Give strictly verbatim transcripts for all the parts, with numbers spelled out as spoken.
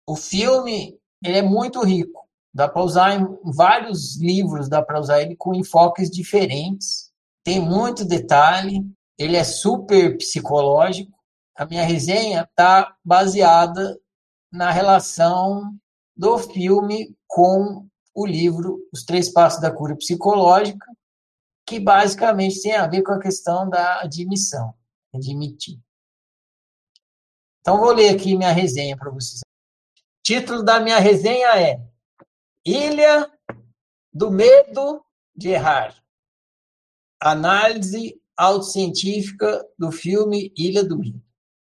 O filme ele é muito rico. Dá para usar em vários livros, dá para usar ele com enfoques diferentes. Tem muito detalhe. Ele é super psicológico. A minha resenha está baseada na relação do filme com o livro Os Três Passos da Cura Psicológica, que basicamente tem a ver com a questão da admissão, admitir. Então, vou ler aqui minha resenha para vocês. O título da minha resenha é Ilha do Medo de Errar. Análise autocientífica do filme Ilha do Medo.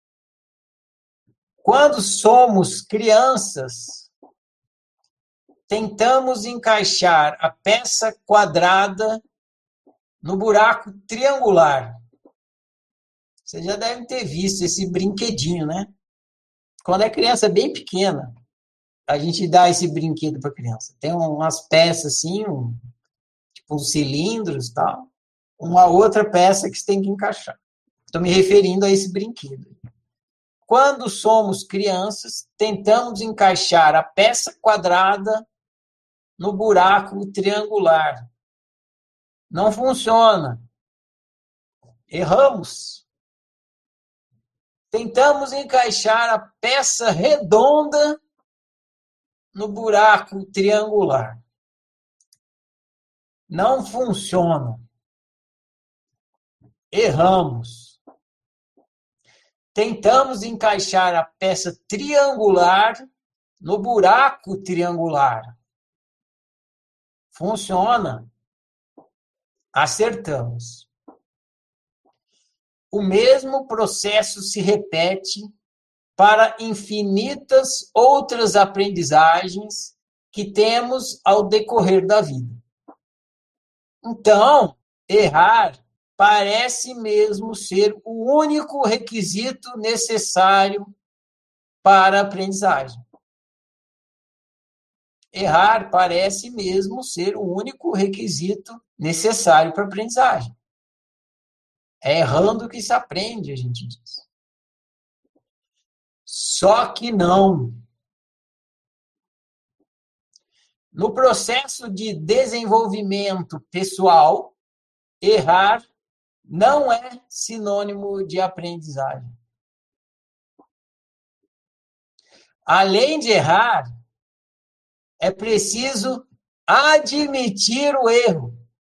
Quando somos crianças, tentamos encaixar a peça quadrada no buraco triangular. Você já deve ter visto esse brinquedinho, né? Quando é criança bem pequena, a gente dá esse brinquedo para a criança. Tem umas peças assim, um, tipo uns cilindros e tal. Uma outra peça que você tem que encaixar. Estou me referindo a esse brinquedo. Quando somos crianças, tentamos encaixar a peça quadrada no buraco triangular. Não funciona. Erramos. Tentamos encaixar a peça redonda no buraco triangular. Não funciona. Erramos. Tentamos encaixar a peça triangular no buraco triangular. Funciona. Acertamos. O mesmo processo se repete para infinitas outras aprendizagens que temos ao decorrer da vida. Então, errar parece mesmo ser o único requisito necessário para a aprendizagem. Errar parece mesmo ser o único requisito necessário para a aprendizagem. É errando que se aprende, a gente diz. Só que não. No processo de desenvolvimento pessoal, errar não é sinônimo de aprendizagem. Além de errar, é preciso admitir o erro.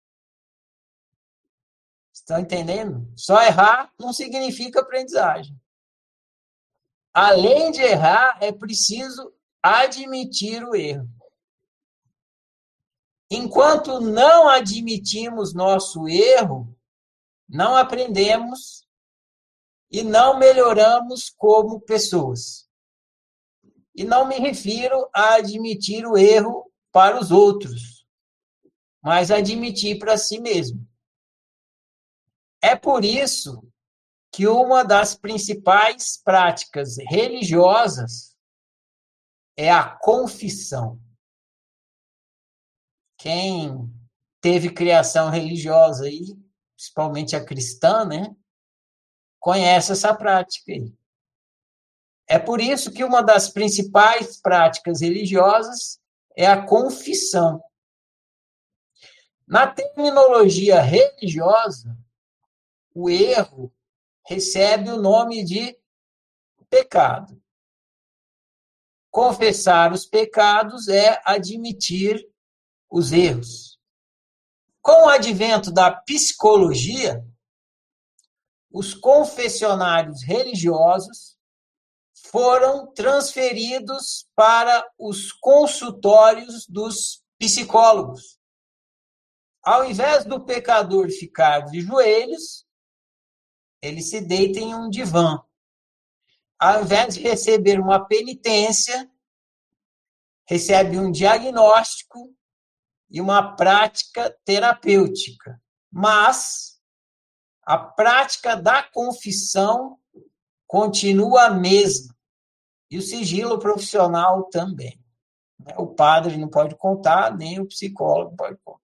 Estão entendendo? Só errar não significa aprendizagem. Além de errar, é preciso admitir o erro. Enquanto não admitimos nosso erro, não aprendemos e não melhoramos como pessoas. E não me refiro a admitir o erro para os outros, mas admitir para si mesmo. É por isso que uma das principais práticas religiosas é a confissão. Quem teve criação religiosa aí, principalmente a cristã, né, conhece essa prática aí. É por isso que uma das principais práticas religiosas é a confissão. Na terminologia religiosa, o erro recebe o nome de pecado. Confessar os pecados é admitir os erros. Com o advento da psicologia, os confessionários religiosos foram transferidos para os consultórios dos psicólogos. Ao invés do pecador ficar de joelhos, ele se deita em um divã. Ao invés de receber uma penitência, recebe um diagnóstico e uma prática terapêutica. Mas a prática da confissão continua a mesma. E o sigilo profissional também. O padre não pode contar, nem o psicólogo pode contar.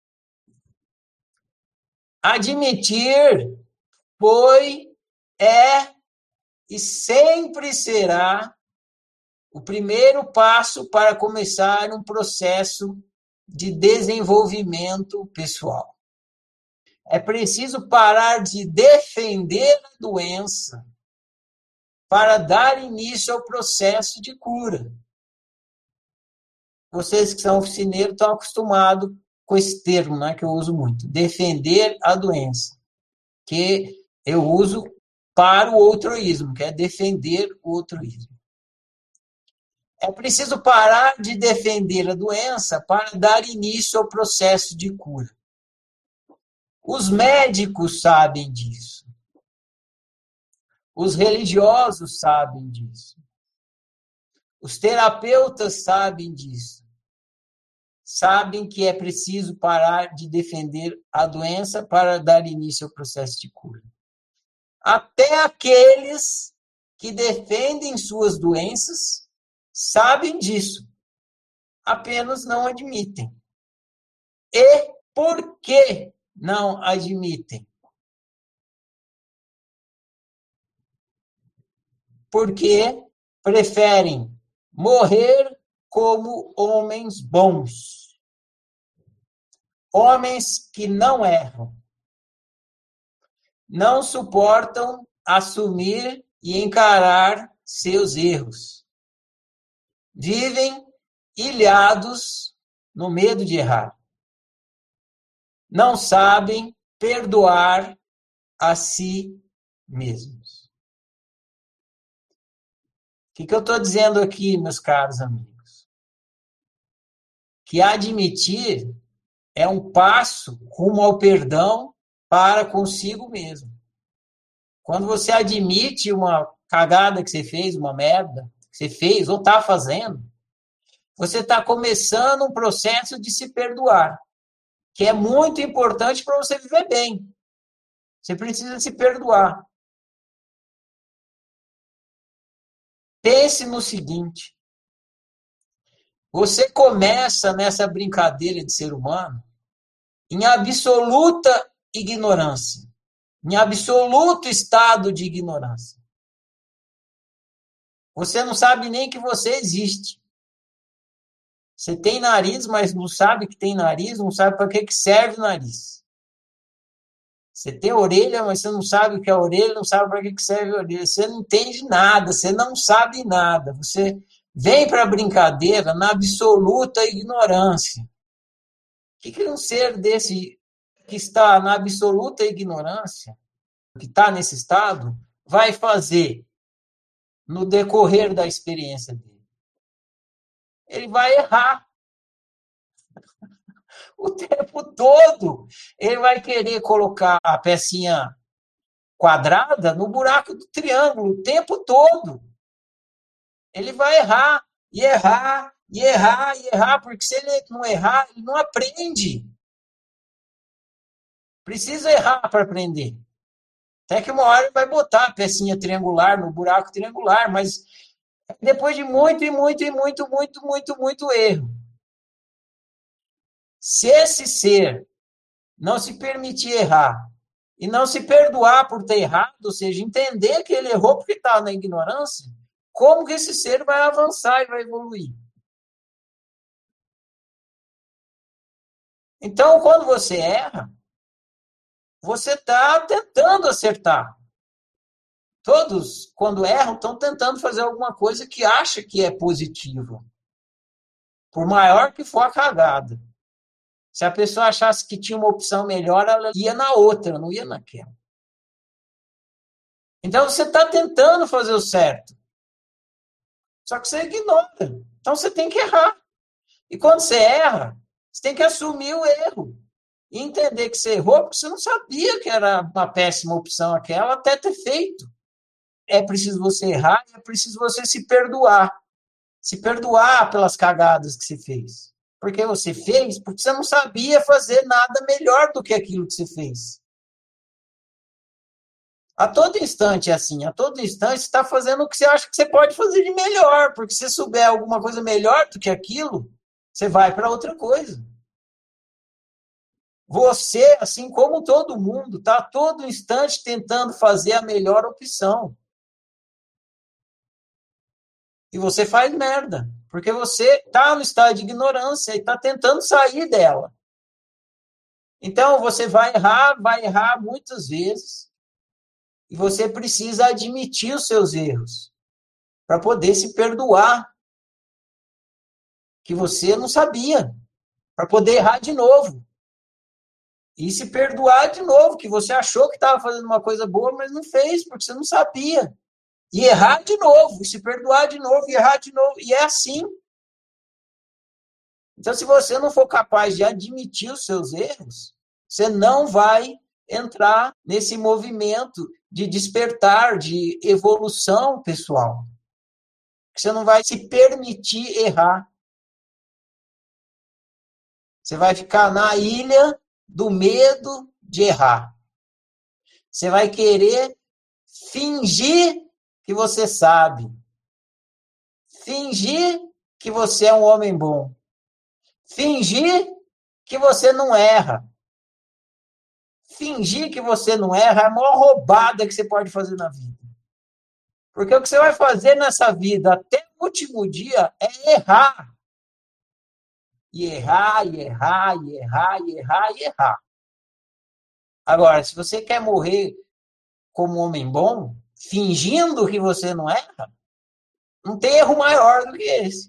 Admitir foi, é e sempre será o primeiro passo para começar um processo de desenvolvimento pessoal. É preciso parar de defender a doença para dar início ao processo de cura. Vocês que são oficineiros estão acostumados com esse termo, né, que eu uso muito, defender a doença, que eu uso para o altruísmo, que é defender o altruísmo. É preciso parar de defender a doença para dar início ao processo de cura. Os médicos sabem disso. Os religiosos sabem disso. Os terapeutas sabem disso. Sabem que é preciso parar de defender a doença para dar início ao processo de cura. Até aqueles que defendem suas doenças sabem disso, apenas não admitem. E por que não admitem? Porque preferem morrer como homens bons. Homens que não erram. Não suportam assumir e encarar seus erros. Vivem ilhados no medo de errar. Não sabem perdoar a si mesmos. O que, que eu estou dizendo aqui, meus caros amigos? Que admitir é um passo rumo ao perdão para consigo mesmo. Quando você admite uma cagada que você fez, uma merda que você fez ou está fazendo, você está começando um processo de se perdoar, que é muito importante para você viver bem. Você precisa se perdoar. Pense no seguinte: você começa nessa brincadeira de ser humano em absoluta ignorância, em absoluto estado de ignorância. Você não sabe nem que você existe. Você tem nariz, mas não sabe que tem nariz, não sabe para que serve o nariz. Você tem orelha, mas você não sabe o que é a orelha, não sabe para que serve a orelha. Você não entende nada, você não sabe nada. Você vem para a brincadeira na absoluta ignorância. O que, que um ser desse que está na absoluta ignorância, que está nesse estado, vai fazer no decorrer da experiência dele? Ele vai errar. O tempo todo ele vai querer colocar a pecinha quadrada no buraco do triângulo, o tempo todo. Ele vai errar, e errar, e errar, e errar, porque se ele não errar, ele não aprende. Precisa errar para aprender. Até que uma hora ele vai botar a pecinha triangular no buraco triangular, mas depois de muito, e muito, e muito, muito, muito, muito erro. Se esse ser não se permitir errar e não se perdoar por ter errado, ou seja, entender que ele errou porque está na ignorância, como que esse ser vai avançar e vai evoluir? Então, quando você erra, você está tentando acertar. Todos, quando erram, estão tentando fazer alguma coisa que acha que é positiva. Por maior que for a cagada. Se a pessoa achasse que tinha uma opção melhor, ela ia na outra, não ia naquela. Então, você está tentando fazer o certo. Só que você ignora. Então, você tem que errar. E quando você erra, você tem que assumir o erro. E entender que você errou, porque você não sabia que era uma péssima opção aquela, até ter feito. É preciso você errar e é preciso você se perdoar. Se perdoar pelas cagadas que você fez. Porque você fez, porque você não sabia fazer nada melhor do que aquilo que você fez. A todo instante é assim, a todo instante você está fazendo o que você acha que você pode fazer de melhor, porque se souber alguma coisa melhor do que aquilo, você vai para outra coisa. Você, assim como todo mundo, está a todo instante tentando fazer a melhor opção. E você faz merda, porque você está no estado de ignorância e está tentando sair dela. Então, você vai errar, vai errar muitas vezes, e você precisa admitir os seus erros para poder se perdoar, que você não sabia, para poder errar de novo. E se perdoar de novo, que você achou que estava fazendo uma coisa boa, mas não fez, porque você não sabia. E errar de novo, e se perdoar de novo, e errar de novo. E é assim. Então, se você não for capaz de admitir os seus erros, você não vai entrar nesse movimento de despertar, de evolução pessoal. Você não vai se permitir errar. Você vai ficar na ilha do medo de errar. Você vai querer fingir que você sabe. Fingir que você é um homem bom. Fingir que você não erra. Fingir que você não erra é a maior roubada que você pode fazer na vida. Porque o que você vai fazer nessa vida até o último dia é errar. E errar, e errar, e errar, e errar, e errar. Agora, se você quer morrer como um homem bom, fingindo que você não erra, não tem erro maior do que esse.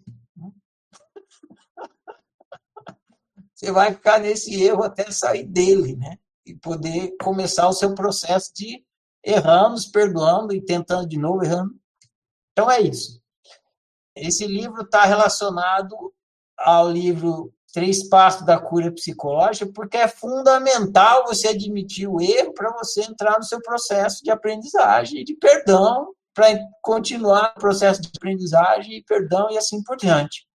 Você vai ficar nesse erro até sair dele, né? E poder começar o seu processo de errando, se perdoando e tentando de novo, errando. Então é isso. Esse livro está relacionado ao livro Três Passos da Cura Psicológica, porque é fundamental você admitir o erro para você entrar no seu processo de aprendizagem e de perdão, para continuar o processo de aprendizagem e perdão e assim por diante.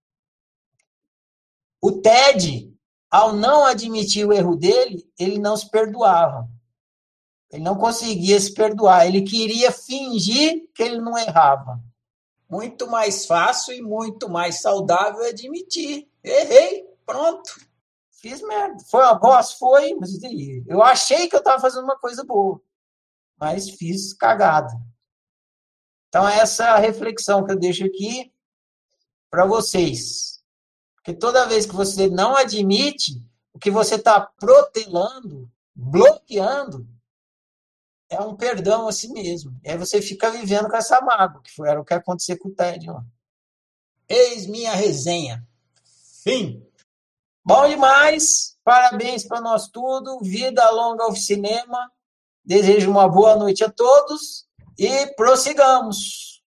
O Ted, ao não admitir o erro dele, ele não se perdoava. Ele não conseguia se perdoar. Ele queria fingir que ele não errava. Muito mais fácil e muito mais saudável admitir. Errei, pronto. Fiz merda. Foi uma bosta? Foi, mas eu achei que eu estava fazendo uma coisa boa. Mas fiz cagada. Então, essa é a reflexão que eu deixo aqui para vocês. Porque toda vez que você não admite, o que você está protelando, bloqueando, é um perdão a si mesmo. E aí você fica vivendo com essa mágoa, que foi, era o que aconteceu com o Ted. Ó. Eis minha resenha. Fim. Bom demais. Parabéns para nós tudo. Vida longa ao cinema. Desejo uma boa noite a todos e prossigamos.